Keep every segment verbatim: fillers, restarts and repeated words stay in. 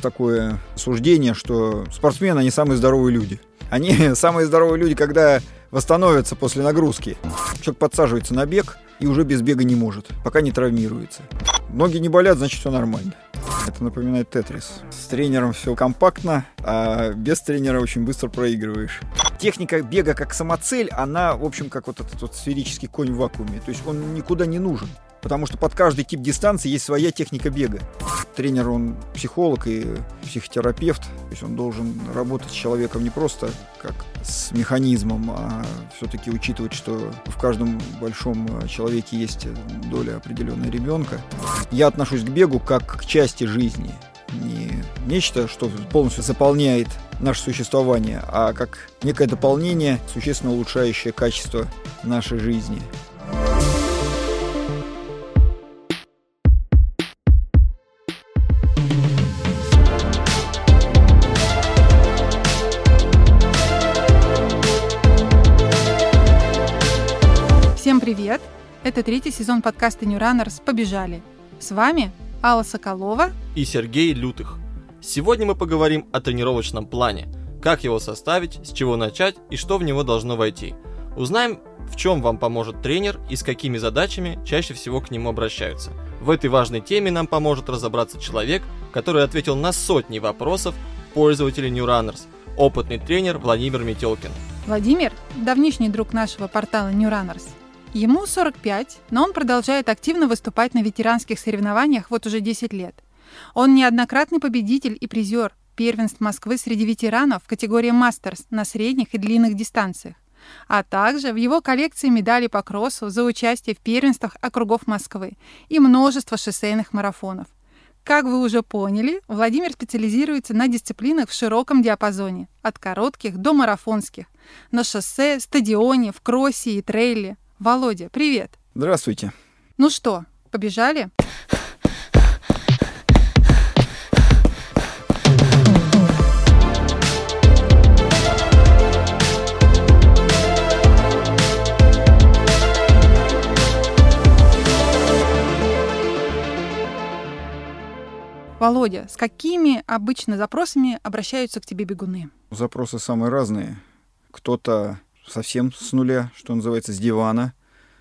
такое суждение, что спортсмены, они самые здоровые люди. Они самые здоровые люди, когда восстановятся после нагрузки. Человек подсаживается на бег и уже без бега не может, пока не травмируется. Ноги не болят, значит, все нормально. Это напоминает тетрис. С тренером все компактно, а без тренера очень быстро проигрываешь. Техника бега как самоцель, она, в общем, как вот этот вот сферический конь в вакууме. То есть он никуда не нужен. Потому что под каждый тип дистанции есть своя техника бега. Тренер, он психолог и психотерапевт. То есть он должен работать с человеком не просто как с механизмом, а все-таки учитывать, что в каждом большом человеке есть доля определенная ребенка. Я отношусь к бегу как к части жизни. Не нечто, что полностью заполняет наше существование, а как некое дополнение, существенно улучшающее качество нашей жизни. Всем привет! Это третий сезон подкаста New Runners «Побежали». С вами Алла Соколова и Сергей Лютых. Сегодня мы поговорим о тренировочном плане, как его составить, с чего начать и что в него должно войти. Узнаем, в чем вам поможет тренер и с какими задачами чаще всего к нему обращаются. В этой важной теме нам поможет разобраться человек, который ответил на сотни вопросов пользователей New Runners, опытный тренер Владимир Метелкин. Владимир – давнишний друг нашего портала New Runners. Ему сорок пять, но он продолжает активно выступать на ветеранских соревнованиях вот уже десять лет. Он неоднократный победитель и призер первенств Москвы среди ветеранов в категории Мастерс на средних и длинных дистанциях, а также в его коллекции медалей по кроссу за участие в первенствах округов Москвы и множество шоссейных марафонов. Как вы уже поняли, Владимир специализируется на дисциплинах в широком диапазоне, от коротких до марафонских, на шоссе, стадионе, в кроссе и трейле. Володя, привет! Здравствуйте! Ну что, побежали? Володя, с какими обычно запросами обращаются к тебе бегуны? Запросы самые разные. Кто-то совсем с нуля, что называется, с дивана,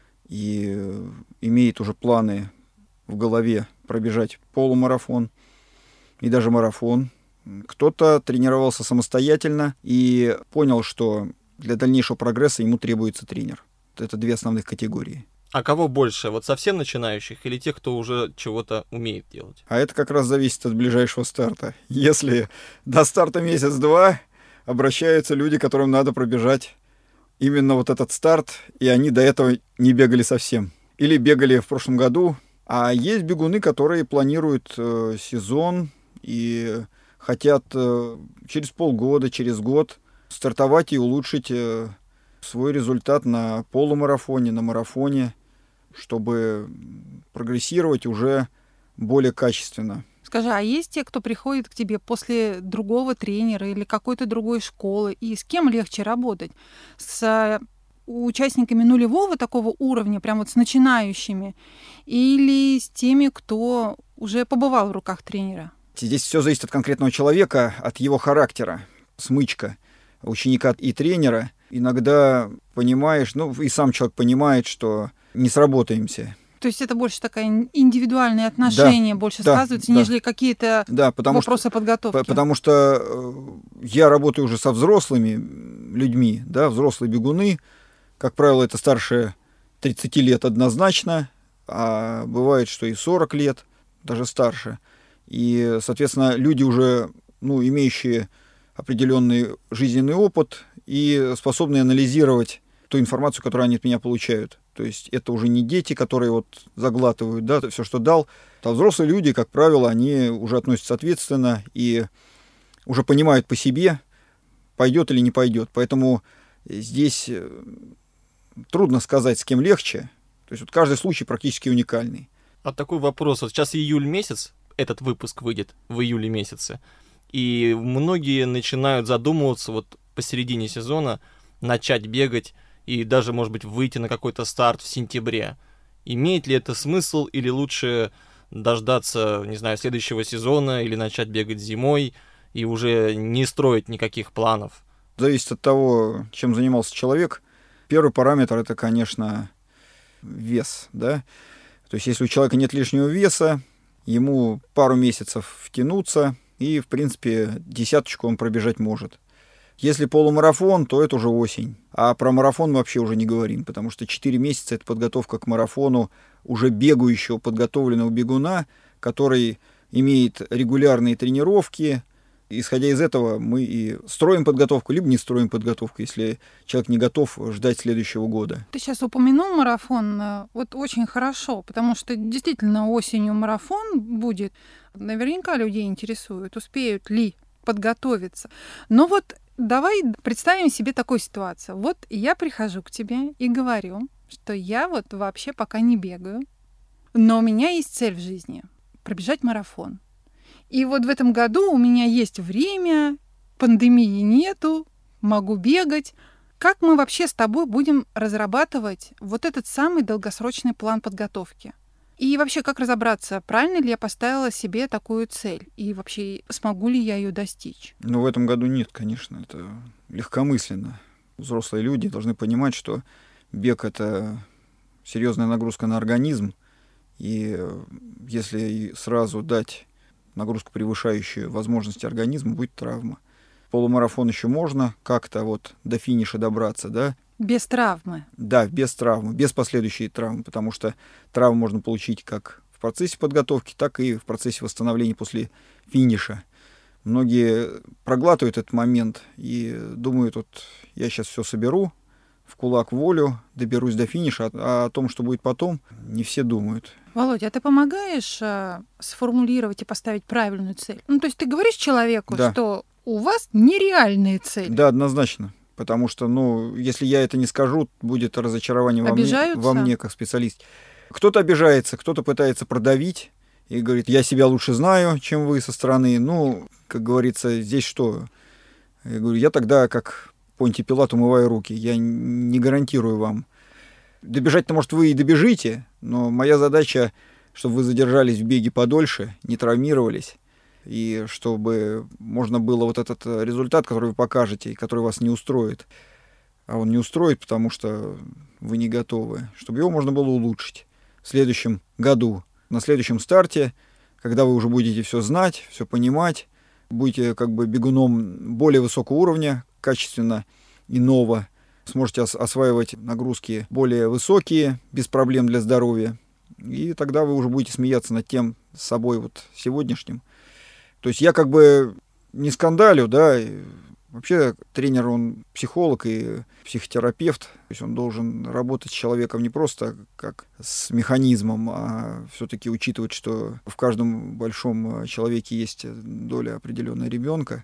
и имеет уже планы в голове пробежать полумарафон и даже марафон. Кто-то тренировался самостоятельно и понял, что для дальнейшего прогресса ему требуется тренер. Это две основных категории. А кого больше? Вот совсем начинающих или тех, кто уже чего-то умеет делать? А это как раз зависит от ближайшего старта. Если до старта месяц-два обращаются люди, которым надо пробежать именно вот этот старт, и они до этого не бегали совсем. Или бегали в прошлом году. А есть бегуны, которые планируют э, сезон и хотят э, через полгода, через год стартовать и улучшить э, свой результат на полумарафоне, на марафоне, чтобы прогрессировать уже более качественно. Скажи, а есть те, кто приходит к тебе после другого тренера или какой-то другой школы, и с кем легче работать? С участниками нулевого такого уровня, прям вот с начинающими, или с теми, кто уже побывал в руках тренера? Здесь все зависит от конкретного человека, от его характера, смычка ученика и тренера. Иногда понимаешь, ну и сам человек понимает, что не сработаемся. То есть это больше такая индивидуальные отношения, да, больше да, сказываются, да, нежели какие-то да, вопросы что, подготовки. Потому что я работаю уже со взрослыми людьми, да, взрослые бегуны. Как правило, это старше тридцати лет однозначно, а бывает, что и сорок лет, даже старше. И, соответственно, люди уже, ну, имеющие определенный жизненный опыт и способные анализировать ту информацию, которую они от меня получают. То есть это уже не дети, которые вот заглатывают, да, все, что дал. А взрослые люди, как правило, они уже относятся ответственно и уже понимают по себе, пойдет или не пойдет. Поэтому здесь трудно сказать, с кем легче. То есть вот каждый случай практически уникальный. А такой вопрос. Вот сейчас июль месяц, этот выпуск выйдет в июле месяце, и многие начинают задумываться вот посередине сезона начать бегать и даже, может быть, выйти на какой-то старт в сентябре. Имеет ли это смысл или лучше дождаться, не знаю, следующего сезона или начать бегать зимой и уже не строить никаких планов? Зависит от того, чем занимался человек. Первый параметр — это, конечно, вес, да. То есть если у человека нет лишнего веса, ему пару месяцев втянуться, и, в принципе, десяточку он пробежать может. Если полумарафон, то это уже осень. А про марафон мы вообще уже не говорим, потому что четыре месяца — это подготовка к марафону уже бегающего, подготовленного бегуна, который имеет регулярные тренировки. Исходя из этого мы и строим подготовку, либо не строим подготовку, если человек не готов ждать следующего года. Ты сейчас упомянул марафон, вот очень хорошо, потому что действительно осенью марафон будет. Наверняка людей интересует, успеют ли подготовиться. Но вот давай представим себе такую ситуацию. Вот я прихожу к тебе и говорю, что я вот вообще пока не бегаю, но у меня есть цель в жизни — пробежать марафон. И вот в этом году у меня есть время, пандемии нету, могу бегать. Как мы вообще с тобой будем разрабатывать вот этот самый долгосрочный план подготовки? И вообще, как разобраться, правильно ли я поставила себе такую цель? И вообще, смогу ли я ее достичь? Ну, в этом году нет, конечно, это легкомысленно. Взрослые люди должны понимать, что бег — это серьезная нагрузка на организм, и если сразу дать нагрузку, превышающую возможности организма, будет травма. Полумарафон еще можно как-то вот до финиша добраться, да? Без травмы. Да, без травмы, без последующей травмы, потому что травму можно получить как в процессе подготовки, так и в процессе восстановления после финиша. Многие проглатывают этот момент и думают, вот я сейчас все соберу в кулак волю, доберусь до финиша, а о том, что будет потом, не все думают. Володя, а ты помогаешь а, сформулировать и поставить правильную цель? Ну, то есть ты говоришь человеку, Да. что у вас нереальные цели. Да, однозначно. Потому что, ну, если я это не скажу, будет разочарование во мне, во мне как специалист. Кто-то обижается, кто-то пытается продавить и говорит, я себя лучше знаю, чем вы со стороны. Ну, как говорится, здесь что? Я говорю, я тогда, как Понтий Пилат, умываю руки. Я не гарантирую вам. Добежать-то, может, вы и добежите, но моя задача, чтобы вы задержались в беге подольше, не травмировались, и чтобы можно было вот этот результат, который вы покажете, и который вас не устроит, а он не устроит, потому что вы не готовы, чтобы его можно было улучшить в следующем году, на следующем старте, когда вы уже будете все знать, все понимать, будете как бы бегуном более высокого уровня, качественно иного, сможете ос- осваивать нагрузки более высокие, без проблем для здоровья, и тогда вы уже будете смеяться над тем собой вот сегодняшним. То есть я как бы не скандалю, да, и вообще тренер, он психолог и психотерапевт, то есть он должен работать с человеком не просто как с механизмом, а все-таки учитывать, что в каждом большом человеке есть доля определенная ребенка,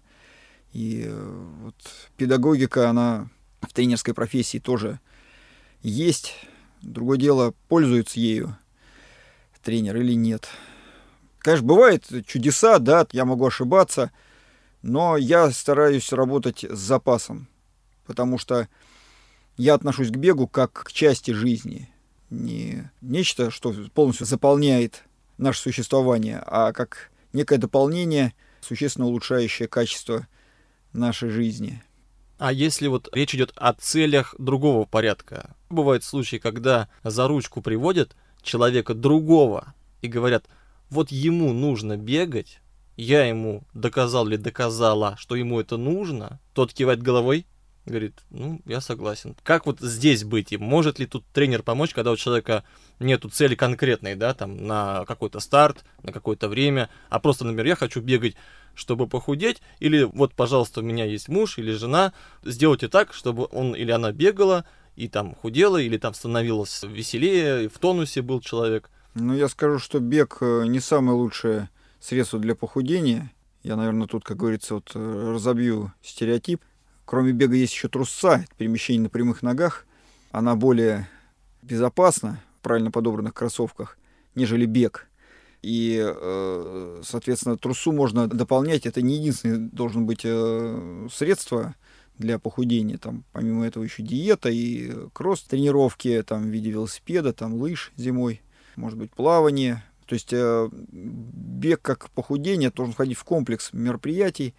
и вот педагогика, она в тренерской профессии тоже есть. Другое дело, пользуется ею тренер или нет. Конечно, бывают чудеса, да, я могу ошибаться, но я стараюсь работать с запасом, потому что я отношусь к бегу как к части жизни. Не нечто, что полностью заполняет наше существование, а как некое дополнение, существенно улучшающее качество нашей жизни. А если вот речь идет о целях другого порядка? Бывают случаи, когда за ручку приводят человека другого и говорят, вот ему нужно бегать, я ему доказал или доказала, что ему это нужно, тот кивает головой, говорит, ну, я согласен. Как вот здесь быть? И может ли тут тренер помочь, когда у человека нету цели конкретной, да, там, на какой-то старт, на какое-то время, а просто, например, я хочу бегать, чтобы похудеть, или вот, пожалуйста, у меня есть муж или жена, сделайте так, чтобы он или она бегала, и там худела, или там становилась веселее, и в тонусе был человек. Ну, я скажу, что бег не самое лучшее средство для похудения. Я, наверное, тут, как говорится, вот разобью стереотип. Кроме бега есть еще трусца, это перемещение на прямых ногах. Она более безопасна в правильно подобранных кроссовках, нежели бег. И, соответственно, трусу можно дополнять. Это не единственное должно быть средство для похудения. Там, помимо этого, еще диета и кросс-тренировки там, в виде велосипеда, там, лыж зимой. Может быть, плавание. То есть э, бег как похудение должен входить в комплекс мероприятий,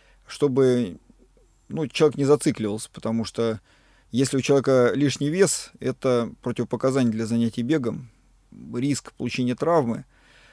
чтобы ну, человек не зацикливался, потому что если у человека лишний вес, это противопоказание для занятий бегом, риск получения травмы.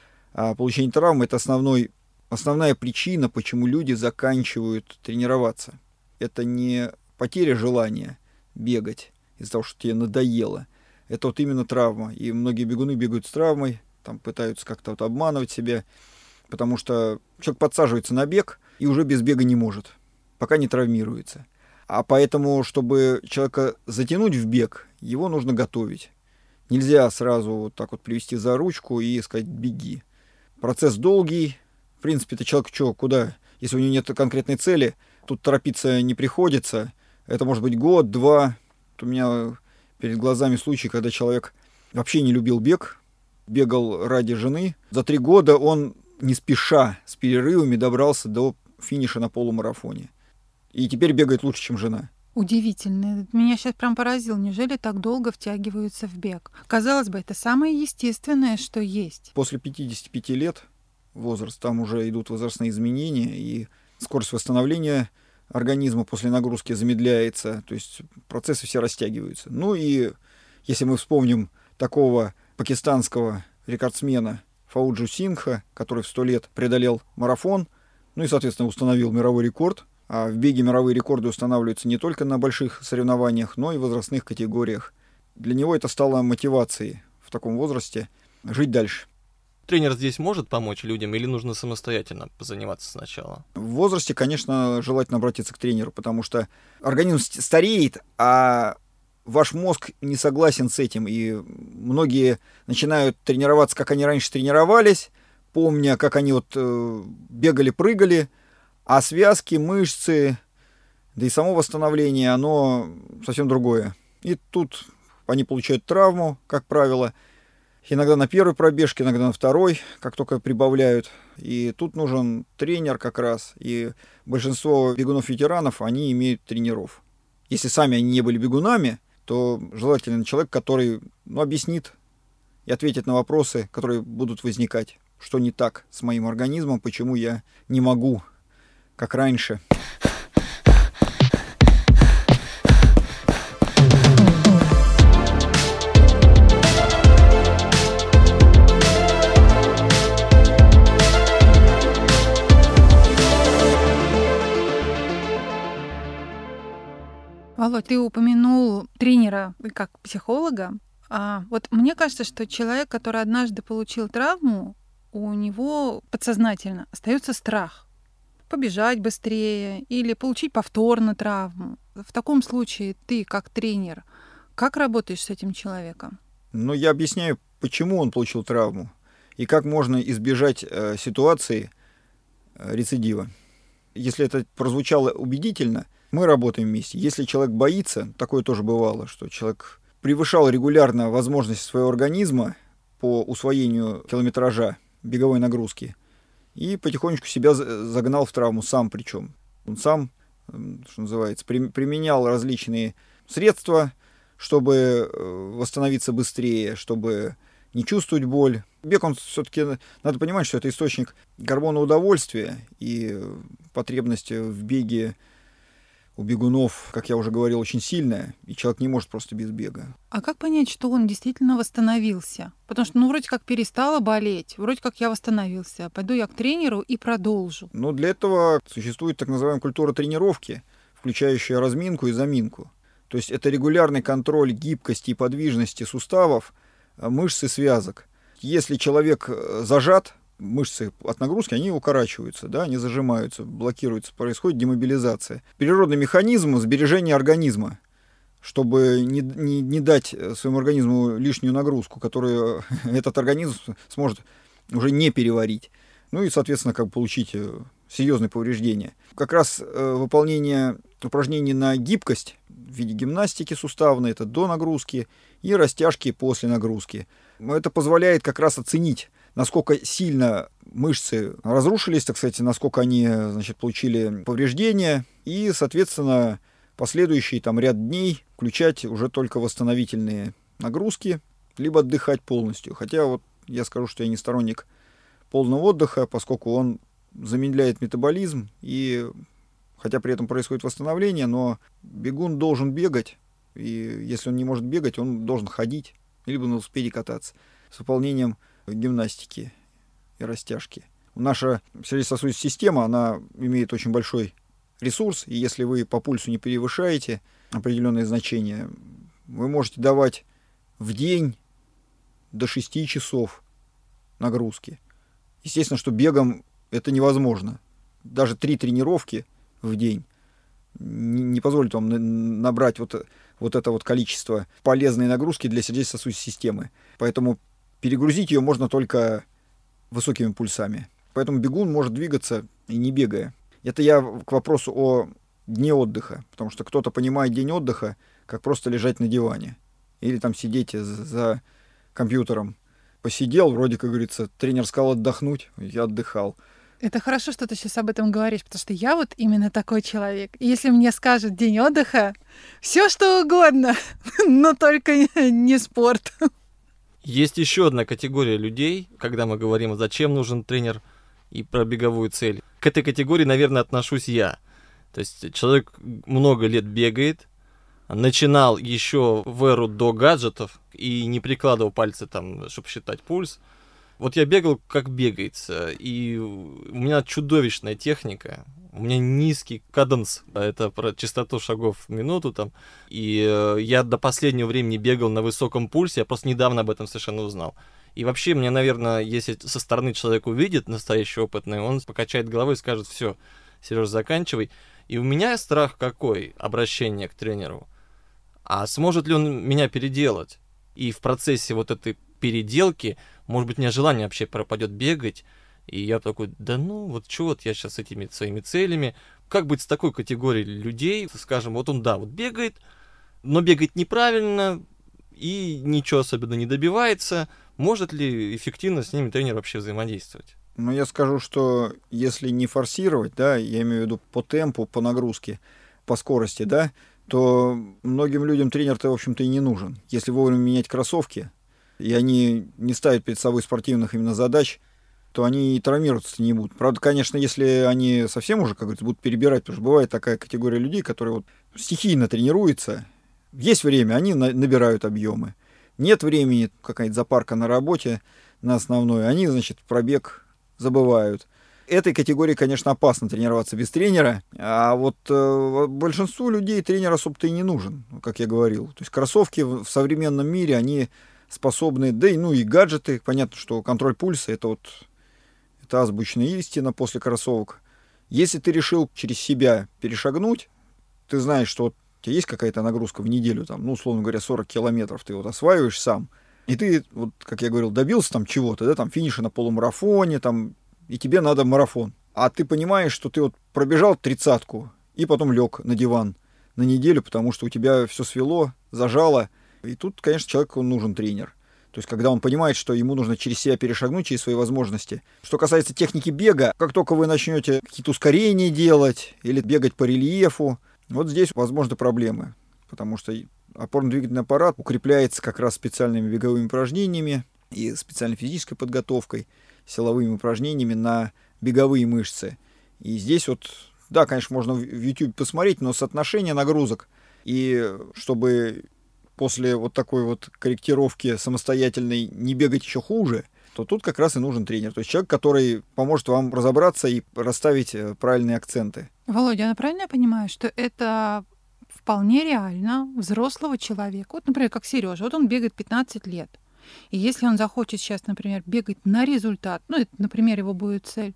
А получение травмы — это основной, основная причина, почему люди заканчивают тренироваться. Это не потеря желания бегать из-за того, что тебе надоело. Это вот именно травма. И многие бегуны бегают с травмой, там пытаются как-то вот обманывать себя, потому что человек подсаживается на бег и уже без бега не может, пока не травмируется. А поэтому, чтобы человека затянуть в бег, его нужно готовить. Нельзя сразу вот так вот привести за ручку и сказать «беги». Процесс долгий. В принципе, это человек что, куда? Если у него нет конкретной цели, тут торопиться не приходится. Это может быть год, два. Вот у меня перед глазами случай, когда человек вообще не любил бег, бегал ради жены. За три года он не спеша, с перерывами добрался до финиша на полумарафоне. И теперь бегает лучше, чем жена. Удивительно. Меня сейчас прям поразил. Неужели так долго втягиваются в бег? Казалось бы, это самое естественное, что есть. После пятидесяти пяти лет возраст, там уже идут возрастные изменения, и скорость восстановления организма после нагрузки замедляется, то есть процессы все растягиваются. Ну и если мы вспомним такого пакистанского рекордсмена Фауджу Сингха, который в сто лет преодолел марафон, ну и, соответственно, установил мировой рекорд. А в беге мировые рекорды устанавливаются не только на больших соревнованиях, но и в возрастных категориях. Для него это стало мотивацией в таком возрасте жить дальше. Тренер здесь может помочь людям или нужно самостоятельно позаниматься сначала? В возрасте, конечно, желательно обратиться к тренеру, потому что организм стареет, а ваш мозг не согласен с этим. И многие начинают тренироваться, как они раньше тренировались, помня, как они вот э, бегали, прыгали, а связки, мышцы, да и само восстановление, оно совсем другое. И тут они получают травму, как правило, иногда на первой пробежке, иногда на второй, как только прибавляют. И тут нужен тренер как раз. И большинство бегунов-ветеранов, они имеют тренеров. Если сами они не были бегунами, то желательно человек, который ну, объяснит и ответит на вопросы, которые будут возникать. Что не так с моим организмом, почему я не могу, как раньше. Володь, ты упомянул тренера как психолога. А вот мне кажется, что человек, который однажды получил травму, у него подсознательно остается страх побежать быстрее или получить повторно травму. В таком случае ты, как тренер, как работаешь с этим человеком? Ну, я объясняю, почему он получил травму и как можно избежать э, ситуации э, рецидива. Если это прозвучало убедительно, мы работаем вместе. Если человек боится, такое тоже бывало, что человек превышал регулярно возможности своего организма по усвоению километража беговой нагрузки и потихонечку себя загнал в травму, сам причем. Он сам, что называется, применял различные средства, чтобы восстановиться быстрее, чтобы не чувствовать боль. Бег, он все-таки, надо понимать, что это источник гормона удовольствия, и потребность в беге у бегунов, как я уже говорил, очень сильная, и человек не может просто без бега. А как понять, что он действительно восстановился? Потому что, ну, вроде как перестала болеть, вроде как я восстановился. Пойду я к тренеру и продолжу. Ну, для этого существует так называемая культура тренировки, включающая разминку и заминку. То есть это регулярный контроль гибкости и подвижности суставов, мышц и связок. Если человек зажат, мышцы от нагрузки, они укорачиваются, да, они зажимаются, блокируются, происходит демобилизация. Природный механизм сбережения организма, чтобы не, не, не дать своему организму лишнюю нагрузку, которую этот организм сможет уже не переварить. Ну и, соответственно, как бы получить серьезные повреждения. Как раз э, выполнение упражнений на гибкость в виде гимнастики суставной, это до нагрузки, и растяжки после нагрузки. Это позволяет как раз оценить, насколько сильно мышцы разрушились, так сказать, насколько они, значит, получили повреждения, и, соответственно, последующий там ряд дней включать уже только восстановительные нагрузки, либо отдыхать полностью. Хотя вот я скажу, что я не сторонник полного отдыха, поскольку он замедляет метаболизм, и хотя при этом происходит восстановление, но бегун должен бегать, и если он не может бегать, он должен ходить, либо на велосипеде кататься с выполнением гимнастики и растяжки. Наша сердечно-сосудистая система, она имеет очень большой ресурс, и если вы по пульсу не превышаете определенные значения, вы можете давать в день до шести часов нагрузки. Естественно, что бегом это невозможно. Даже три тренировки в день не позволит вам набрать вот, вот это вот количество полезной нагрузки для сердечно-сосудистой системы. Поэтому перегрузить ее можно только высокими пульсами. Поэтому бегун может двигаться и не бегая. Это я к вопросу о дне отдыха. Потому что кто-то понимает день отдыха как просто лежать на диване. Или там сидеть за компьютером. Посидел, вроде, как говорится, тренер сказал отдохнуть, я отдыхал. Это хорошо, что ты сейчас об этом говоришь, потому что я вот именно такой человек. И если мне скажут день отдыха, все что угодно, но только не спорт. Есть еще одна категория людей, когда мы говорим, зачем нужен тренер и про беговую цель. К этой категории, наверное, отношусь я. То есть человек много лет бегает, начинал еще в эру до гаджетов и не прикладывал пальцы там, чтобы считать пульс. Вот я бегал, как бегается, и у меня чудовищная техника, у меня низкий каденс, это про частоту шагов в минуту там, и э, я до последнего времени бегал на высоком пульсе, я просто недавно об этом совершенно узнал. И вообще, мне, наверное, если со стороны человек увидит настоящий опытный, он покачает головой и скажет: все, Сереж, заканчивай. И у меня страх какой? Обращение к тренеру. А сможет ли он меня переделать? И в процессе вот этой переделки, может быть, у меня желание вообще пропадет бегать, и я такой: да ну, вот что вот я сейчас с этими своими целями, как быть с такой категорией людей, скажем, вот он, да, вот бегает, но бегает неправильно, и ничего особенно не добивается, может ли эффективно с ними тренер вообще взаимодействовать? Ну, я скажу, что если не форсировать, да, я имею в виду по темпу, по нагрузке, по скорости, да, то многим людям тренер-то, в общем-то, и не нужен. Если вовремя менять кроссовки, и они не ставят перед собой спортивных именно задач, то они и травмироваться не будут. Правда, конечно, если они совсем уже, как говорится, будут перебирать, потому что бывает такая категория людей, которые вот стихийно тренируются, есть время, они на- набирают объемы. Нет времени, какая-нибудь запарка на работе, на основной, они, значит, пробег забывают. Этой категории, конечно, опасно тренироваться без тренера, а вот э, большинству людей тренер особо-то и не нужен, как я говорил. То есть кроссовки в современном мире, они способны, да и, ну, и гаджеты, понятно, что контроль пульса, это вот это азбучная истина после кроссовок. Если ты решил через себя перешагнуть, ты знаешь, что вот у тебя есть какая-то нагрузка в неделю, там, ну, условно говоря, сорок километров ты вот осваиваешь сам, и ты, вот, как я говорил, добился там чего-то, да, там, финиша на полумарафоне, там, и тебе надо марафон. А ты понимаешь, что ты вот пробежал тридцатку, и потом лег на диван на неделю, потому что у тебя все свело, зажало. И тут, конечно, человеку нужен тренер. То есть, когда он понимает, что ему нужно через себя перешагнуть, через свои возможности. Что касается техники бега, как только вы начнете какие-то ускорения делать или бегать по рельефу, вот здесь возможны проблемы. Потому что опорно-двигательный аппарат укрепляется как раз специальными беговыми упражнениями и специальной физической подготовкой, силовыми упражнениями на беговые мышцы. И здесь вот, да, конечно, можно в YouTube посмотреть, но соотношение нагрузок, и чтобы после вот такой вот корректировки самостоятельной не бегать еще хуже, то тут как раз и нужен тренер. То есть человек, который поможет вам разобраться и расставить правильные акценты. Володя, я правильно понимаю, что это вполне реально взрослого человека? Вот, например, как Сережа, вот он бегает пятнадцать лет. И если он захочет сейчас, например, бегать на результат, ну, это, например, его будет цель,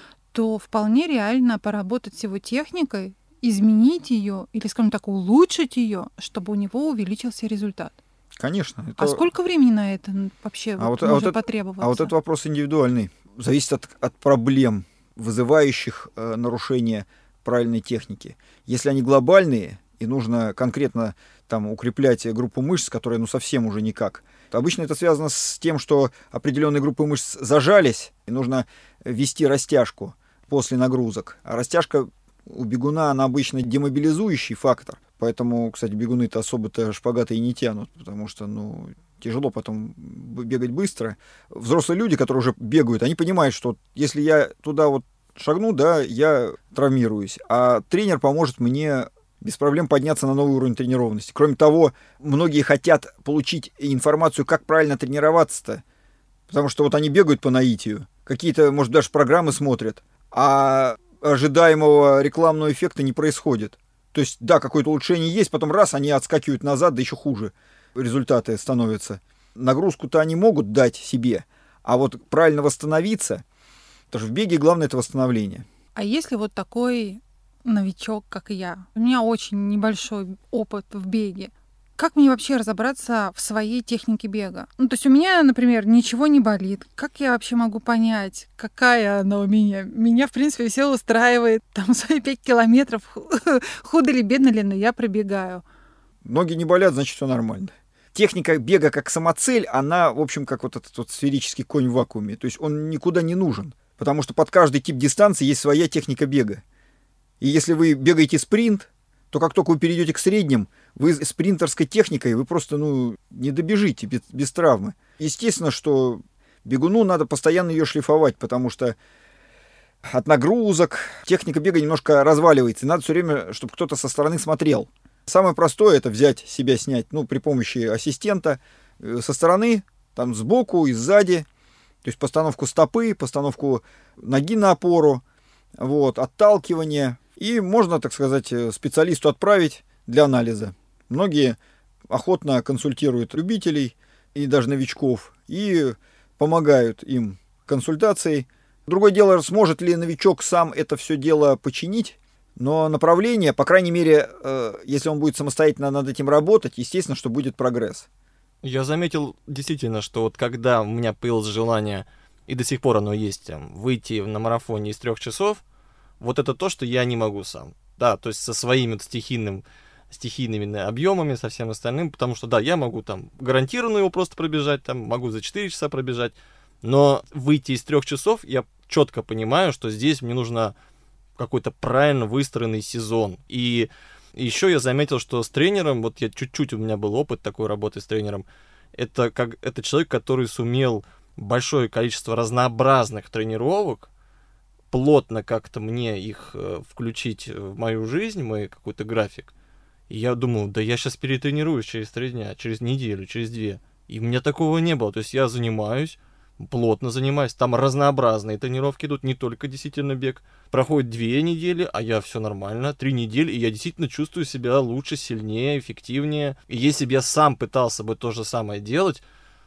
то вполне реально поработать с его техникой, изменить ее или, скажем так, улучшить ее, чтобы у него увеличился результат. Конечно. Это... А сколько времени на это вообще а вот вот, может а вот потребоваться? Это, а вот этот вопрос индивидуальный. Зависит от, от проблем, вызывающих э, нарушение правильной техники. Если они глобальные, и нужно конкретно там укреплять группу мышц, которая ну совсем уже никак, то обычно это связано с тем, что определенные группы мышц зажались, и нужно ввести растяжку после нагрузок. А растяжка у бегуна, она обычно демобилизующий фактор, Поэтому, кстати, бегуны-то особо-то шпагаты и не тянут, потому что, ну, тяжело потом бегать быстро. Взрослые люди, которые уже бегают, они понимают, что если я туда вот шагну, да, я травмируюсь. А тренер поможет мне без проблем подняться на новый уровень тренированности. Кроме того, многие хотят получить информацию, как правильно тренироваться-то. Потому что вот они бегают по наитию, какие-то, может, даже программы смотрят, а ожидаемого рекламного эффекта не происходит. То есть, да, какое-то улучшение есть, потом раз, они отскакивают назад, да еще хуже результаты становятся. Нагрузку-то они могут дать себе, а вот правильно восстановиться, потому что в беге главное — это восстановление. А если вот такой новичок, как и я, у меня очень небольшой опыт в беге, как мне вообще разобраться в своей технике бега? Ну, то есть у меня, например, ничего не болит. Как я вообще могу понять, какая она у меня? Меня, в принципе, все устраивает. Там свои пять километров, худо ли, бедно ли, но я пробегаю. Ноги не болят, значит, все нормально. Техника бега как самоцель, она, в общем, как вот этот вот сферический конь в вакууме. То есть он никуда не нужен, потому что под каждый тип дистанции есть своя техника бега. И если вы бегаете спринт, то как только вы перейдете к средним, вы спринтерской техникой вы просто, ну, не добежите без, без травмы. Естественно, что бегуну надо постоянно ее шлифовать, потому что от нагрузок техника бега немножко разваливается. И надо все время, чтобы кто-то со стороны смотрел. Самое простое — это взять себя, снять, ну, при помощи ассистента со стороны, там, сбоку и сзади. То есть постановку стопы, постановку ноги на опору, вот, отталкивание. И можно, так сказать, специалисту отправить для анализа. Многие охотно консультируют любителей и даже новичков и помогают им консультацией. Другое дело, сможет ли новичок сам это все дело починить, но направление, по крайней мере, если он будет самостоятельно над этим работать, естественно, что будет прогресс. Я заметил действительно, что вот когда у меня появилось желание, и до сих пор оно есть, там, выйти на марафоне из трех часов, вот это то, что я не могу сам. Да, то есть со своими стихийным, стихийными объемами, со всем остальным, потому что, да, я могу там гарантированно его просто пробежать, там, могу за четыре часа пробежать, но выйти из трех часов я четко понимаю, что здесь мне нужно какой-то правильно выстроенный сезон. И еще я заметил, что с тренером, вот я чуть-чуть, у меня был опыт такой работы с тренером, это, как, это человек, который сумел большое количество разнообразных тренировок, плотно как-то мне их э, включить в мою жизнь, в мой какой-то график. И я думал, да я сейчас перетренируюсь через три дня, через неделю, через две. И у меня такого не было. То есть я занимаюсь, плотно занимаюсь. Там разнообразные тренировки идут, не только действительно бег. Проходит две недели, а я все нормально. Три недели, и я действительно чувствую себя лучше, сильнее, эффективнее. И если бы я сам пытался бы то же самое делать,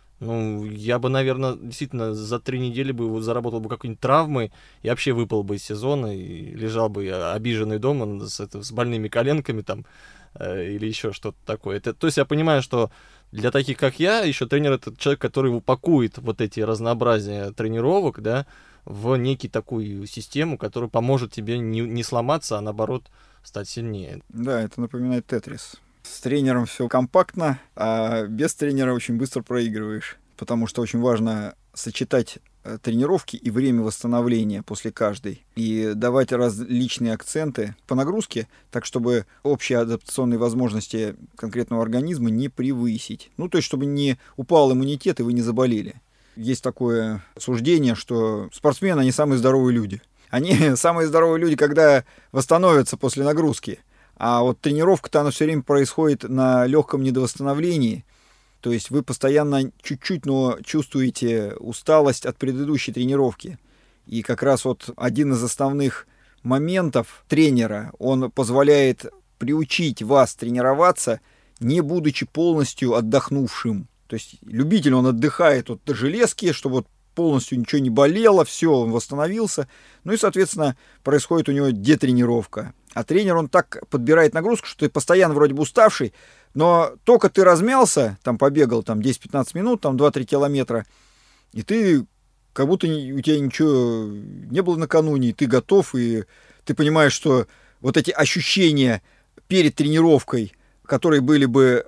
ну, я бы, наверное, действительно за три недели бы заработал бы какие-нибудь травмы и вообще выпал бы из сезона и лежал бы обиженный дома с, это, с больными коленками там э, или еще что-то такое. Это, то есть я понимаю, что для таких, как я, еще тренер — это человек, который упакует вот эти разнообразия тренировок, да, в некий такую систему, которая поможет тебе не, не сломаться, а наоборот стать сильнее. Да, это напоминает Тетрис. С тренером все компактно, а без тренера очень быстро проигрываешь, потому что очень важно сочетать тренировки и время восстановления после каждой и давать различные акценты по нагрузке, так чтобы общие адаптационные возможности конкретного организма не превысить. Ну, то есть, чтобы не упал иммунитет и вы не заболели. Есть такое суждение, что спортсмены, они самые здоровые люди. Они самые здоровые люди, когда восстановятся после нагрузки. А вот тренировка-то, она все время происходит на легком недовосстановлении. То есть вы постоянно чуть-чуть, но чувствуете усталость от предыдущей тренировки. И как раз вот один из основных моментов тренера, он позволяет приучить вас тренироваться, не будучи полностью отдохнувшим. То есть любитель, он отдыхает от железки, чтобы вот полностью ничего не болело, все, он восстановился. Ну и, соответственно, происходит у него детренировка. А тренер, он так подбирает нагрузку, что ты постоянно вроде бы уставший, но только ты размялся, там побегал там десять-пятнадцать минут, там два-три километра, и ты как будто у тебя ничего не было накануне, и ты готов, и ты понимаешь, что вот эти ощущения перед тренировкой, которые были бы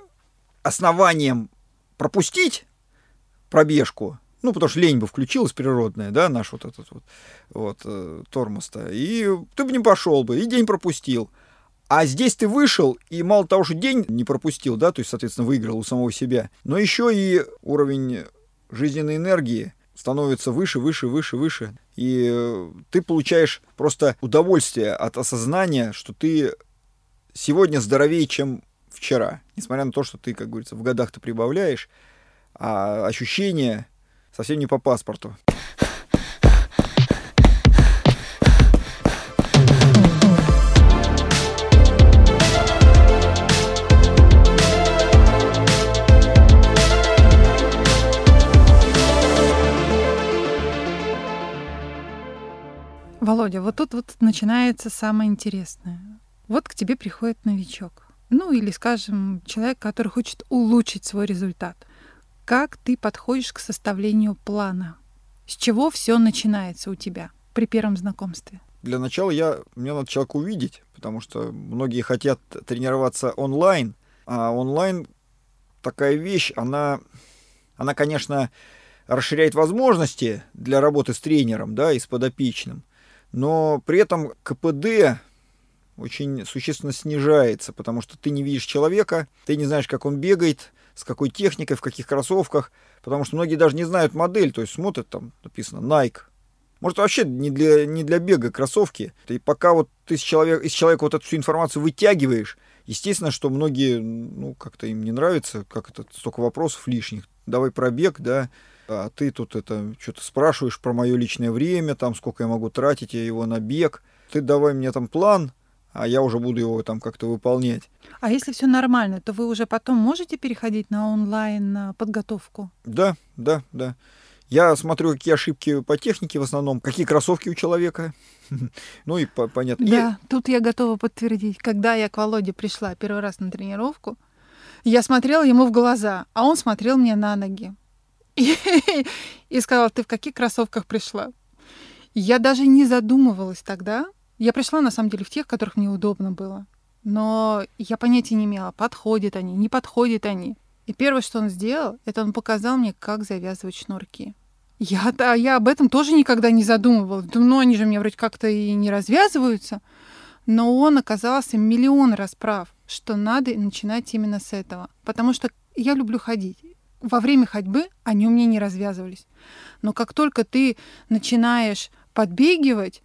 основанием пропустить пробежку, ну, потому что лень бы включилась природная, да, наш вот этот вот, вот э, тормоз-то, и ты бы не пошел бы, и день пропустил. А здесь ты вышел, и мало того, что день не пропустил, да, то есть, соответственно, выиграл у самого себя, но еще и уровень жизненной энергии становится выше, выше, выше, выше. И ты получаешь просто удовольствие от осознания, что ты сегодня здоровее, чем вчера. Несмотря на то, что ты, как говорится, в годах-то прибавляешь, а ощущения совсем не по паспорту. Володя, вот тут вот начинается самое интересное. Вот к тебе приходит новичок. Ну или, скажем, человек, который хочет улучшить свой результат. Как ты подходишь к составлению плана? С чего все начинается у тебя при первом знакомстве? Для начала я, мне надо человека увидеть, потому что многие хотят тренироваться онлайн, а онлайн такая вещь, она, она, конечно, расширяет возможности для работы с тренером, да, и с подопечным, но при этом КПД очень существенно снижается, потому что ты не видишь человека, ты не знаешь, как он бегает, с какой техникой, в каких кроссовках, потому что многие даже не знают модель, то есть смотрят, там написано Nike. Может, вообще не для, не для бега кроссовки. И пока вот ты из человека, из человека вот эту всю информацию вытягиваешь, естественно, что многие, ну, как-то им не нравится, как это, столько вопросов лишних. Давай про бег, да, а ты тут это что-то спрашиваешь про мое личное время, там, сколько я могу тратить его на бег. Ты давай мне там план, а я уже буду его там как-то выполнять. А если все нормально, то вы уже потом можете переходить на онлайн подготовку? Да, да, да. Я смотрю, какие ошибки по технике в основном, какие кроссовки у человека. Ну и понятно. Да, тут я готова подтвердить. Когда я к Володе пришла первый раз на тренировку, я смотрела ему в глаза, а он смотрел мне на ноги. И, и сказал: ты в каких кроссовках пришла? Я даже не задумывалась тогда. Я пришла, на самом деле, в тех, в которых мне удобно было. Но я понятия не имела, подходят они, не подходят они. И первое, что он сделал, это он показал мне, как завязывать шнурки. Я, да, я об этом тоже никогда не задумывалась. Думаю, ну они же мне вроде как-то и не развязываются. Но он оказался миллион раз прав, что надо начинать именно с этого. Потому что я люблю ходить. Во время ходьбы они у меня не развязывались. Но как только ты начинаешь подбегивать,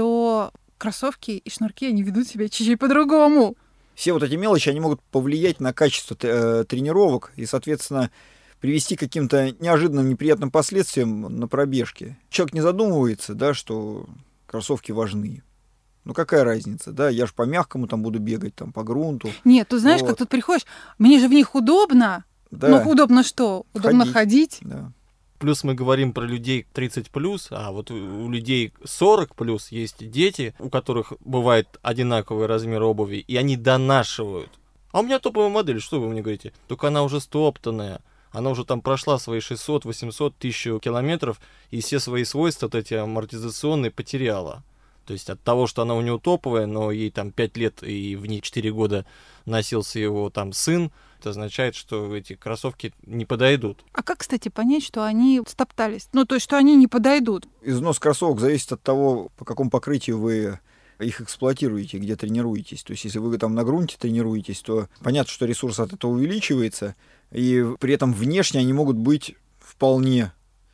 то кроссовки и шнурки, они ведут себя чуть-чуть по-другому. Все вот эти мелочи, они могут повлиять на качество э, тренировок и, соответственно, привести к каким-то неожиданным неприятным последствиям на пробежке. Человек не задумывается, да, что кроссовки важны. Ну какая разница, да, я же по мягкому там буду бегать, там по грунту. Нет, ты знаешь, вот. Как тут приходишь, мне же в них удобно. Да. Ну удобно что? Удобно ходить. ходить. Да. Плюс мы говорим про людей тридцать плюс, а вот у людей сорок плюс есть дети, у которых бывает одинаковый размер обуви, и они донашивают. А у меня топовая модель, что вы мне говорите? Только она уже стоптанная. Она уже там прошла свои шестьсот, восемьсот, тысячу километров, и все свои свойства, вот эти амортизационные, потеряла. То есть от того, что она у него топовая, но ей там пять лет и в ней четыре года носился его там сын, это означает, что эти кроссовки не подойдут. А как, кстати, понять, что они стоптались? Ну, то есть, что они не подойдут? Износ кроссовок зависит от того, по какому покрытию вы их эксплуатируете, где тренируетесь. То есть, если вы там на грунте тренируетесь, то понятно, что ресурс от этого увеличивается, и при этом внешне они могут быть вполне,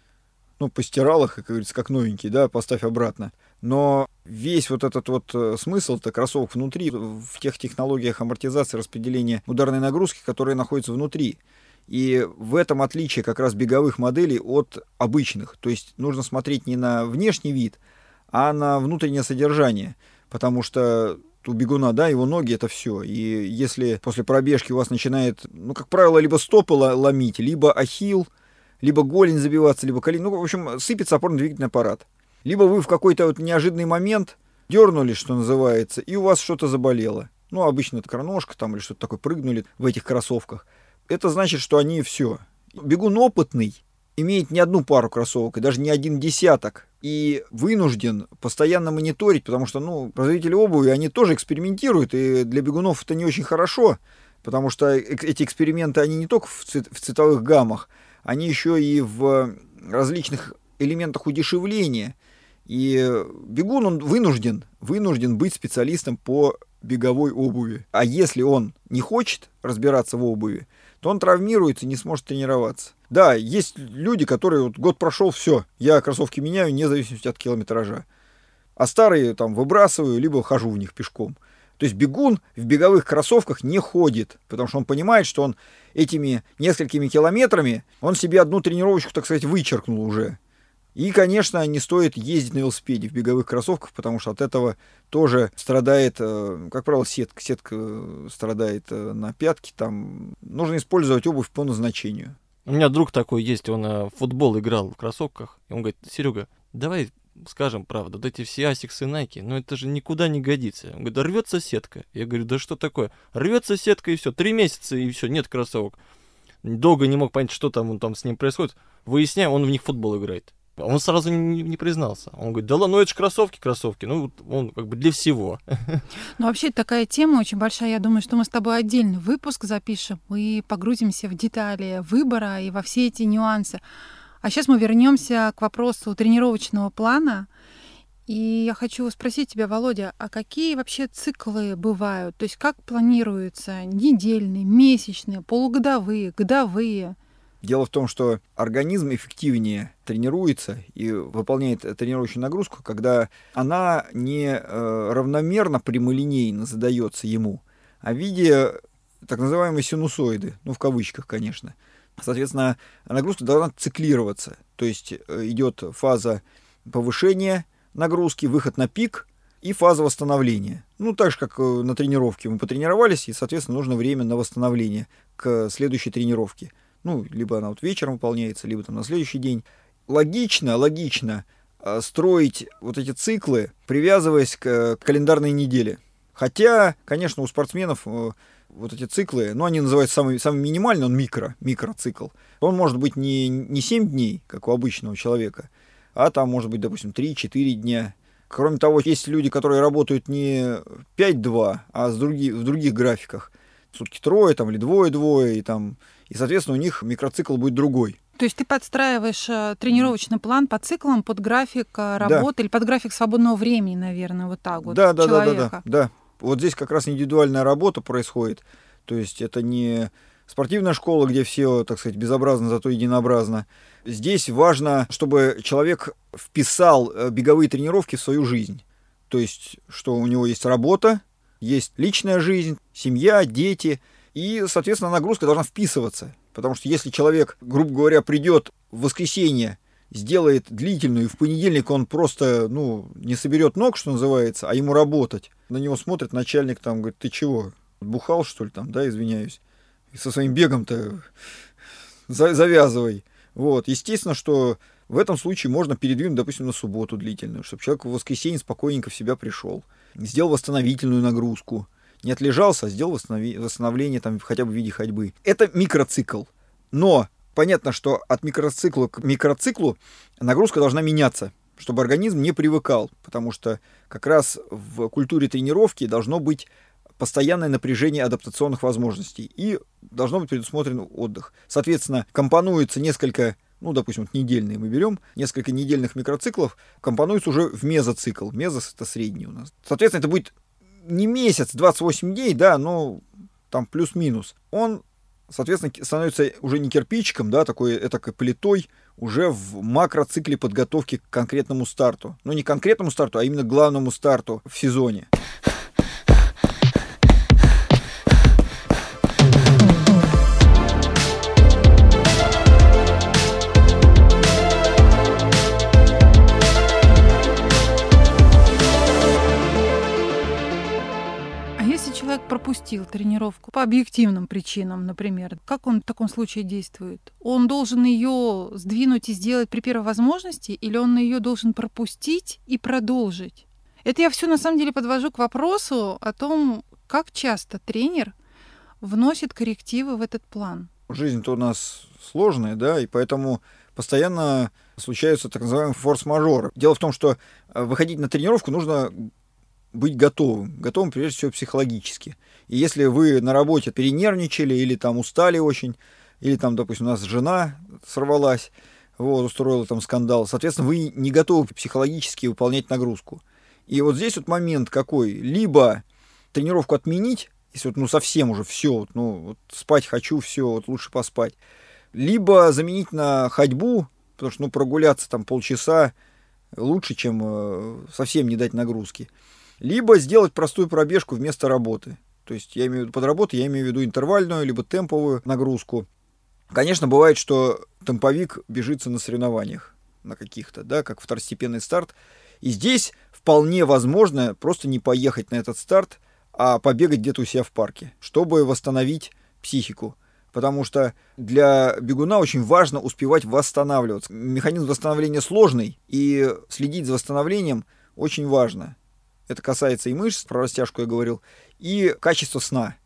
ну, постирал их, как говорится, как новенький, да, поставь обратно. Но весь вот этот вот смысл-то кроссовок внутри, в тех технологиях амортизации, распределения ударной нагрузки, которые находятся внутри. И в этом отличие как раз беговых моделей от обычных. То есть нужно смотреть не на внешний вид, а на внутреннее содержание. Потому что у бегуна, да, его ноги — это все. И если после пробежки у вас начинает, ну, как правило, либо стопы ломить, либо ахилл, либо голень забиваться, либо колени, ну, в общем, сыпется опорно-двигательный аппарат. Либо вы в какой-то вот неожиданный момент дернули, что называется, и у вас что-то заболело. Ну, обычно это икроножка там или что-то такое, прыгнули в этих кроссовках. Это значит, что они все. Бегун опытный имеет не одну пару кроссовок, и даже не один десяток, и вынужден постоянно мониторить, потому что, ну, производители обуви, они тоже экспериментируют, и для бегунов это не очень хорошо, потому что эти эксперименты, они не только в, цвет, в цветовых гаммах, они еще и в различных элементах удешевления. И бегун, он вынужден, вынужден быть специалистом по беговой обуви. А если он не хочет разбираться в обуви, то он травмируется и не сможет тренироваться. Да, есть люди, которые вот год прошел, все, я кроссовки меняю, вне зависимости от километража. А старые там выбрасываю, либо хожу в них пешком. То есть бегун в беговых кроссовках не ходит, потому что он понимает, что он этими несколькими километрами, он себе одну тренировочку, так сказать, вычеркнул уже. И, конечно, не стоит ездить на велосипеде в беговых кроссовках, потому что от этого тоже страдает, как правило, сетка. Сетка страдает на пятки. Там нужно использовать обувь по назначению. У меня друг такой есть, он в футбол играл в кроссовках. И он говорит: Серега, давай скажем правду, вот эти все асиксы Nike, ну это же никуда не годится. Он говорит: рвется сетка. Я говорю: да что такое? Рвется сетка и все. Три месяца и все, нет кроссовок. Долго не мог понять, что там, там с ним происходит. Выясняю, он в них в футбол играет. Он сразу не, не признался. Он говорит: да ладно, ну это же кроссовки, кроссовки. Ну, он как бы для всего. Ну, вообще, такая тема очень большая. Я думаю, что мы с тобой отдельный выпуск запишем и погрузимся в детали выбора и во все эти нюансы. А сейчас мы вернемся к вопросу тренировочного плана. И я хочу спросить тебя, Володя, а какие вообще циклы бывают? То есть как планируются недельные, месячные, полугодовые, годовые? Дело в том, что организм эффективнее тренируется и выполняет тренировочную нагрузку, когда она не э, равномерно прямолинейно задается ему, а в виде так называемой синусоиды, ну в кавычках, конечно. Соответственно, нагрузка должна циклироваться, то есть э, идет фаза повышения нагрузки, выход на пик и фаза восстановления. Ну так же, как на тренировке мы потренировались, и, соответственно, нужно время на восстановление к следующей тренировке. Ну, либо она вот вечером выполняется, либо там на следующий день. Логично, логично э, строить вот эти циклы, привязываясь к, к календарной неделе. Хотя, конечно, у спортсменов э, вот эти циклы, ну, они называются самый, самый минимальный, он микро, микроцикл. Он может быть не, не семь дней, как у обычного человека, а там может быть, допустим, три-четыре дня. Кроме того, есть люди, которые работают не пять-два, а с други, в других графиках. Сутки трое там, или двое-двое, и там... И, соответственно, у них микроцикл будет другой. То есть ты подстраиваешь э, тренировочный план по циклам под график э, работы, да, или под график свободного времени, наверное, вот так вот, да, да, человека. Да, да, да, да. Вот здесь как раз индивидуальная работа происходит. То есть это не спортивная школа, где все, так сказать, безобразно, зато единообразно. Здесь важно, чтобы человек вписал беговые тренировки в свою жизнь. То есть, что у него есть работа, есть личная жизнь, семья, дети. И, соответственно, нагрузка должна вписываться. Потому что если человек, грубо говоря, придет в воскресенье, сделает длительную, и в понедельник он просто, ну, не соберет ног, что называется, а ему работать. На него смотрит начальник, там, говорит: ты чего, бухал, что ли, там, да, извиняюсь. И со своим бегом-то завязывай. Вот. Естественно, что в этом случае можно передвинуть, допустим, на субботу длительную, чтобы человек в воскресенье спокойненько в себя пришел. Сделал восстановительную нагрузку. Не отлежался, а сделал восстанови- восстановление там, хотя бы в виде ходьбы. Это микроцикл. Но понятно, что от микроцикла к микроциклу нагрузка должна меняться, чтобы организм не привыкал. Потому что как раз в культуре тренировки должно быть постоянное напряжение адаптационных возможностей. И должно быть предусмотрен отдых. Соответственно, компонуется несколько, ну, допустим, вот недельные мы берем, несколько недельных микроциклов, компонуется уже в мезоцикл. Мезос — это средний у нас. Соответственно, это будет не месяц, двадцать восемь дней, да, но там плюс-минус. Он, соответственно, становится уже не кирпичиком, да, такой этакой плитой, уже в макроцикле подготовки к конкретному старту. Ну, не конкретному старту, а именно к главному старту в сезоне. Пропустил тренировку по объективным причинам, например, как он в таком случае действует? Он должен ее сдвинуть и сделать при первой возможности, или он ее должен пропустить и продолжить? Это я все на самом деле подвожу к вопросу о том, как часто тренер вносит коррективы в этот план. Жизнь-то у нас сложная, да, и поэтому постоянно случаются так называемые форс-мажоры. Дело в том, что выходить на тренировку нужно быть готовым, готовым прежде всего психологически. И если вы на работе перенервничали или там устали очень, или там, допустим, у нас жена сорвалась, вот, устроила там скандал, соответственно, вы не готовы психологически выполнять нагрузку. И вот здесь вот момент какой. Либо тренировку отменить, если вот, ну, совсем уже все, вот, ну, вот спать хочу, все, вот лучше поспать. Либо заменить на ходьбу, потому что, ну, прогуляться там полчаса лучше, чем э, совсем не дать нагрузки. Либо сделать простую пробежку вместо работы. То есть я имею в виду под работой, я имею в виду интервальную, либо темповую нагрузку. Конечно, бывает, что темповик бежится на соревнованиях, на каких-то, да, как второстепенный старт. И здесь вполне возможно просто не поехать на этот старт, а побегать где-то у себя в парке, чтобы восстановить психику. Потому что для бегуна очень важно успевать восстанавливаться. Механизм восстановления сложный, и следить за восстановлением очень важно. Это касается и мышц, про растяжку я говорил, и качества сна.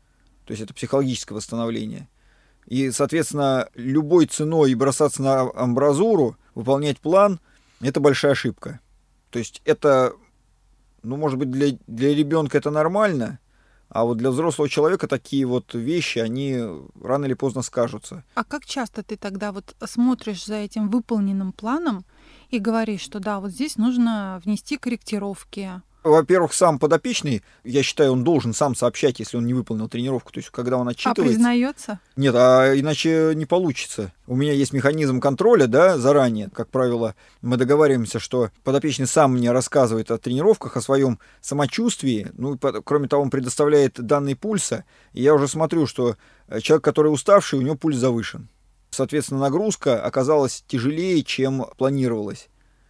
То есть это психологическое восстановление. И, соответственно, любой ценой бросаться на амбразуру, выполнять план, это большая ошибка. То есть это, ну, может быть, для, для ребенка это нормально, а вот для взрослого человека такие вот вещи, они рано или поздно скажутся. А как часто ты тогда вот смотришь за этим выполненным планом и говоришь, что да, вот здесь нужно внести корректировки? Во-первых, сам подопечный, я считаю, он должен сам сообщать, если он не выполнил тренировку. То есть, когда он отчитывается... А признается? Нет, а иначе не получится. У меня есть механизм контроля, да, заранее. Как правило, мы договариваемся, что подопечный сам мне рассказывает о тренировках, о своем самочувствии. Ну, кроме того, он предоставляет данные пульса. И я уже смотрю, что человек, который уставший, у него пульс завышен. Соответственно, нагрузка оказалась тяжелее, чем планировалось.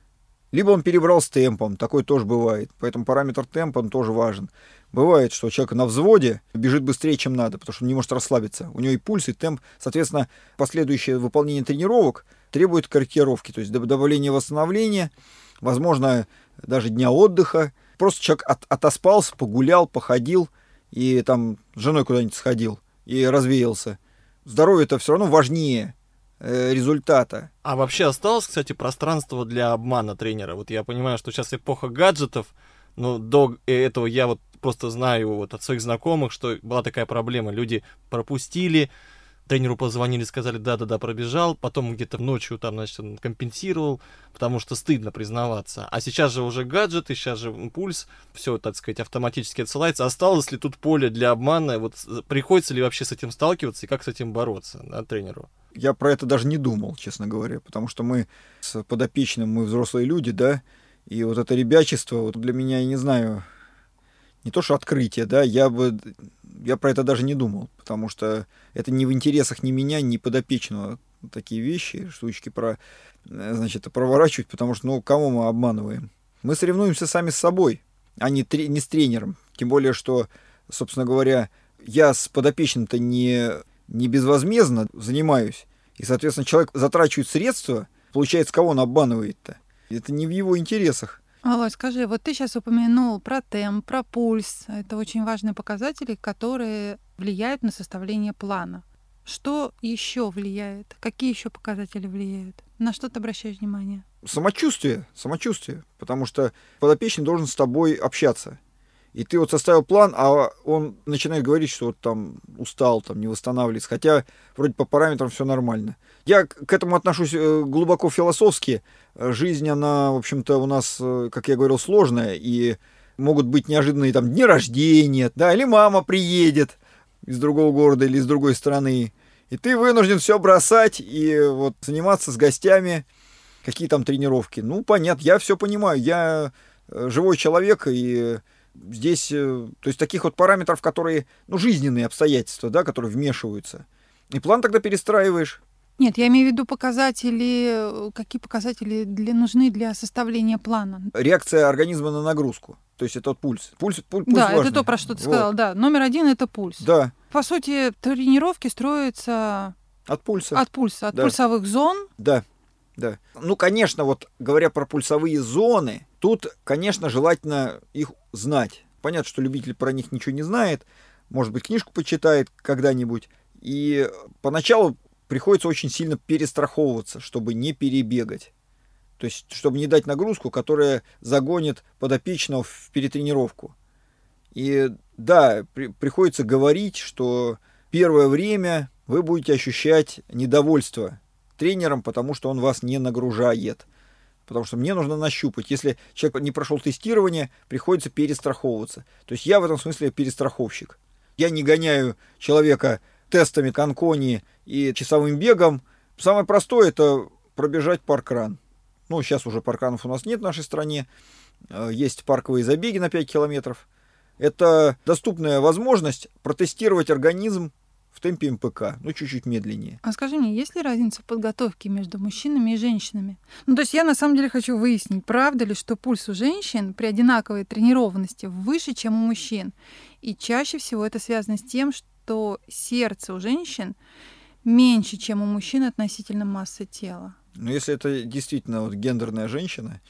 Либо он перебрал с темпом, такое тоже бывает. Поэтому параметр темпа, он тоже важен. Бывает, что человек на взводе бежит быстрее, чем надо, потому что он не может расслабиться. У него и пульс, и темп. Соответственно, последующее выполнение тренировок требует корректировки, то есть добавления восстановления, возможно, даже дня отдыха. Просто человек от, отоспался, погулял, походил, и там с женой куда-нибудь сходил, и развеялся. Здоровье это все равно важнее результата. А вообще осталось, кстати, пространство для обмана тренера? Вот я понимаю, что сейчас эпоха гаджетов, но до этого я вот просто знаю вот от своих знакомых, что была такая проблема. Люди пропустили, тренеру позвонили, сказали, да-да-да, пробежал, потом где-то ночью там, значит, он компенсировал, потому что стыдно признаваться. А сейчас же уже гаджеты, сейчас же пульс, все, так сказать, автоматически отсылается. Осталось ли тут поле для обмана? Вот приходится ли вообще с этим сталкиваться и как с этим бороться, да, тренеру? Я про это даже не думал, честно говоря, потому что мы с подопечным, мы взрослые люди, да, и вот это ребячество, вот для меня, я не знаю, не то что открытие, да, я бы, я про это даже не думал, потому что это не в интересах ни меня, ни подопечного такие вещи, штучки про, значит, проворачивать, потому что, ну, кого мы обманываем? Мы соревнуемся сами с собой, а не, тре- не с тренером, тем более, что, собственно говоря, я с подопечным-то не... не безвозмездно занимаюсь, и, соответственно, человек затрачивает средства, получается, кого он обманывает-то? Это не в его интересах. Володь, скажи, вот ты сейчас упомянул про темп, про пульс. Это очень важные показатели, которые влияют на составление плана. Что еще влияет? Какие еще показатели влияют? На что ты обращаешь внимание? Самочувствие, самочувствие, потому что подопечный должен с тобой общаться. И ты вот составил план, а он начинает говорить, что вот там устал, там не восстанавливается. Хотя вроде по параметрам все нормально. Я к этому отношусь глубоко философски. Жизнь, она, в общем-то, у нас, как я говорил, сложная. И могут быть неожиданные там дни рождения, да, или мама приедет из другого города или из другой страны. И ты вынужден все бросать и вот заниматься с гостями. Какие там тренировки? Ну, понятно, я все понимаю. Я живой человек, и... Здесь, то есть таких вот параметров, которые, ну, жизненные обстоятельства, да, которые вмешиваются. И план тогда перестраиваешь. Нет, я имею в виду показатели, какие показатели для, нужны для составления плана. Реакция организма на нагрузку. То есть это вот пульс. Пульс, пульс, пульс да, важный. это то, про что ты вот. сказал. Да, номер один — это пульс. Да. По сути, тренировки строятся... От пульса. От пульса, от да. пульсовых зон. Да. Да. Ну, конечно, вот говоря про пульсовые зоны, тут, конечно, желательно их знать. Понятно, что любитель про них ничего не знает, может быть, книжку почитает когда-нибудь. И поначалу приходится очень сильно перестраховываться, чтобы не перебегать. То есть, чтобы не дать нагрузку, которая загонит подопечного в перетренировку. И да, при, приходится говорить, что первое время вы будете ощущать недовольство тренером, потому что он вас не нагружает. Потому что мне нужно нащупать. Если человек не прошел тестирование, приходится перестраховываться. То есть я в этом смысле перестраховщик. Я не гоняю человека тестами Конкони и часовым бегом. Самое простое — это пробежать паркран. Ну, сейчас уже паркранов у нас нет в нашей стране. Есть парковые забеги на пять километров. Это доступная возможность протестировать организм в темпе эм пэ ка, ну, чуть-чуть медленнее. А скажи мне, есть ли разница в подготовке между мужчинами и женщинами? Ну, то есть я на самом деле хочу выяснить, правда ли, что пульс у женщин при одинаковой тренированности выше, чем у мужчин. И чаще всего это связано с тем, что сердце у женщин меньше, чем у мужчин относительно массы тела. Ну, если это действительно вот гендерная женщина,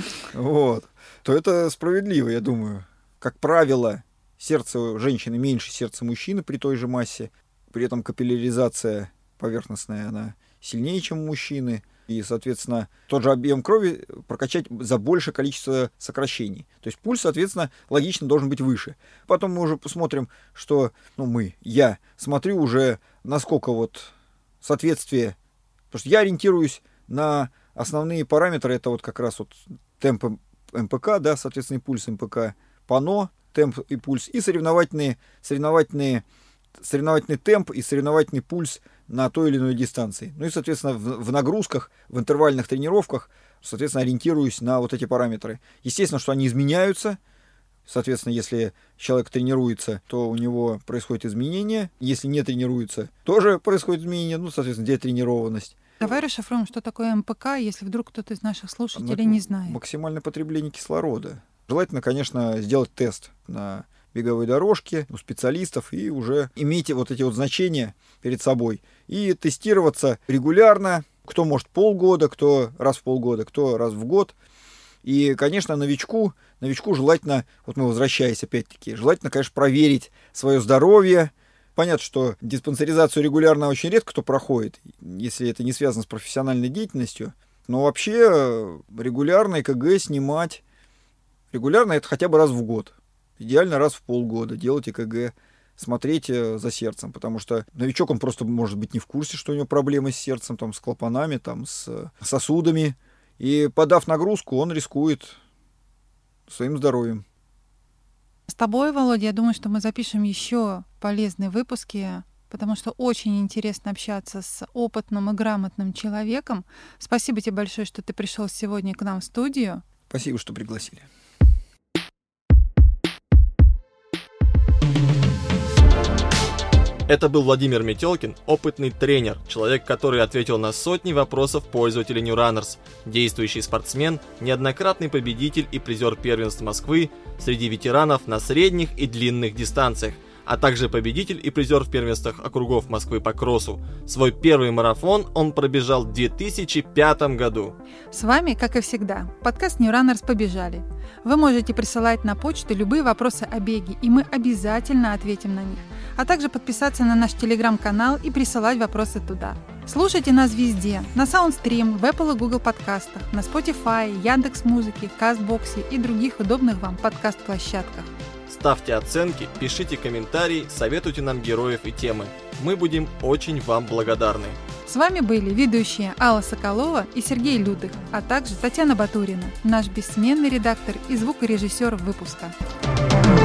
вот, то это справедливо, я думаю. Как правило, сердце у женщины меньше сердца мужчины при той же массе. При этом капилляризация поверхностная, она сильнее, чем у мужчины. И, соответственно, тот же объем крови прокачать за большее количество сокращений. То есть пульс, соответственно, логично должен быть выше. Потом мы уже посмотрим, что, ну, мы, я смотрю уже, насколько вот соответствие. Потому что я ориентируюсь на основные параметры. Это вот как раз вот темп эм пэ ка, да, соответственно, и пульс эм пэ ка, пано, темп и пульс, и соревновательные, соревновательные соревновательный темп и соревновательный пульс на той или иной дистанции. Ну и, соответственно, в, в нагрузках, в интервальных тренировках, соответственно, ориентируюсь на вот эти параметры. Естественно, что они изменяются. Соответственно, если человек тренируется, то у него происходит изменение. Если не тренируется, тоже происходит изменение. Ну, соответственно, детренированность. Давай расшифруем, что такое эм пэ ка, если вдруг кто-то из наших слушателей не знает. Максимальное потребление кислорода. Желательно, конечно, сделать тест на беговой дорожке у специалистов и уже иметь вот эти вот значения перед собой. И тестироваться регулярно. Кто может полгода, кто раз в полгода, кто раз в год. И, конечно, новичку, новичку желательно, вот мы возвращаясь опять-таки, желательно, конечно, проверить свое здоровье. Понятно, что диспансеризацию регулярно очень редко кто проходит, если это не связано с профессиональной деятельностью. Но вообще регулярно ЭКГ снимать. Регулярно это хотя бы раз в год. Идеально раз в полгода делать ЭКГ, смотреть за сердцем, потому что новичок, он просто может быть не в курсе, что у него проблемы с сердцем, там, с клапанами, там, с сосудами. И подав нагрузку, он рискует своим здоровьем. С тобой, Володя, я думаю, что мы запишем еще полезные выпуски, потому что очень интересно общаться с опытным и грамотным человеком. Спасибо тебе большое, что ты пришел сегодня к нам в студию. Спасибо, что пригласили. Это был Владимир Метелкин, опытный тренер, человек, который ответил на сотни вопросов пользователей New Runners, действующий спортсмен, неоднократный победитель и призер первенств Москвы среди ветеранов на средних и длинных дистанциях, а также победитель и призер в первенствах округов Москвы по кроссу. Свой первый марафон он пробежал в две тысячи пятом году. С вами, как и всегда, подкаст New Runners «Побежали». Вы можете присылать на почту любые вопросы о беге, и мы обязательно ответим на них. А также подписаться на наш телеграм-канал и присылать вопросы туда. Слушайте нас везде, на Soundstream, в Apple и Google подкастах, на Spotify, Яндекс.Музыке, Кастбоксе и других удобных вам подкаст-площадках. Ставьте оценки, пишите комментарии, советуйте нам героев и темы. Мы будем очень вам благодарны. С вами были ведущие Алла Соколова и Сергей Людых, а также Татьяна Батурина, наш бессменный редактор и звукорежиссер выпуска.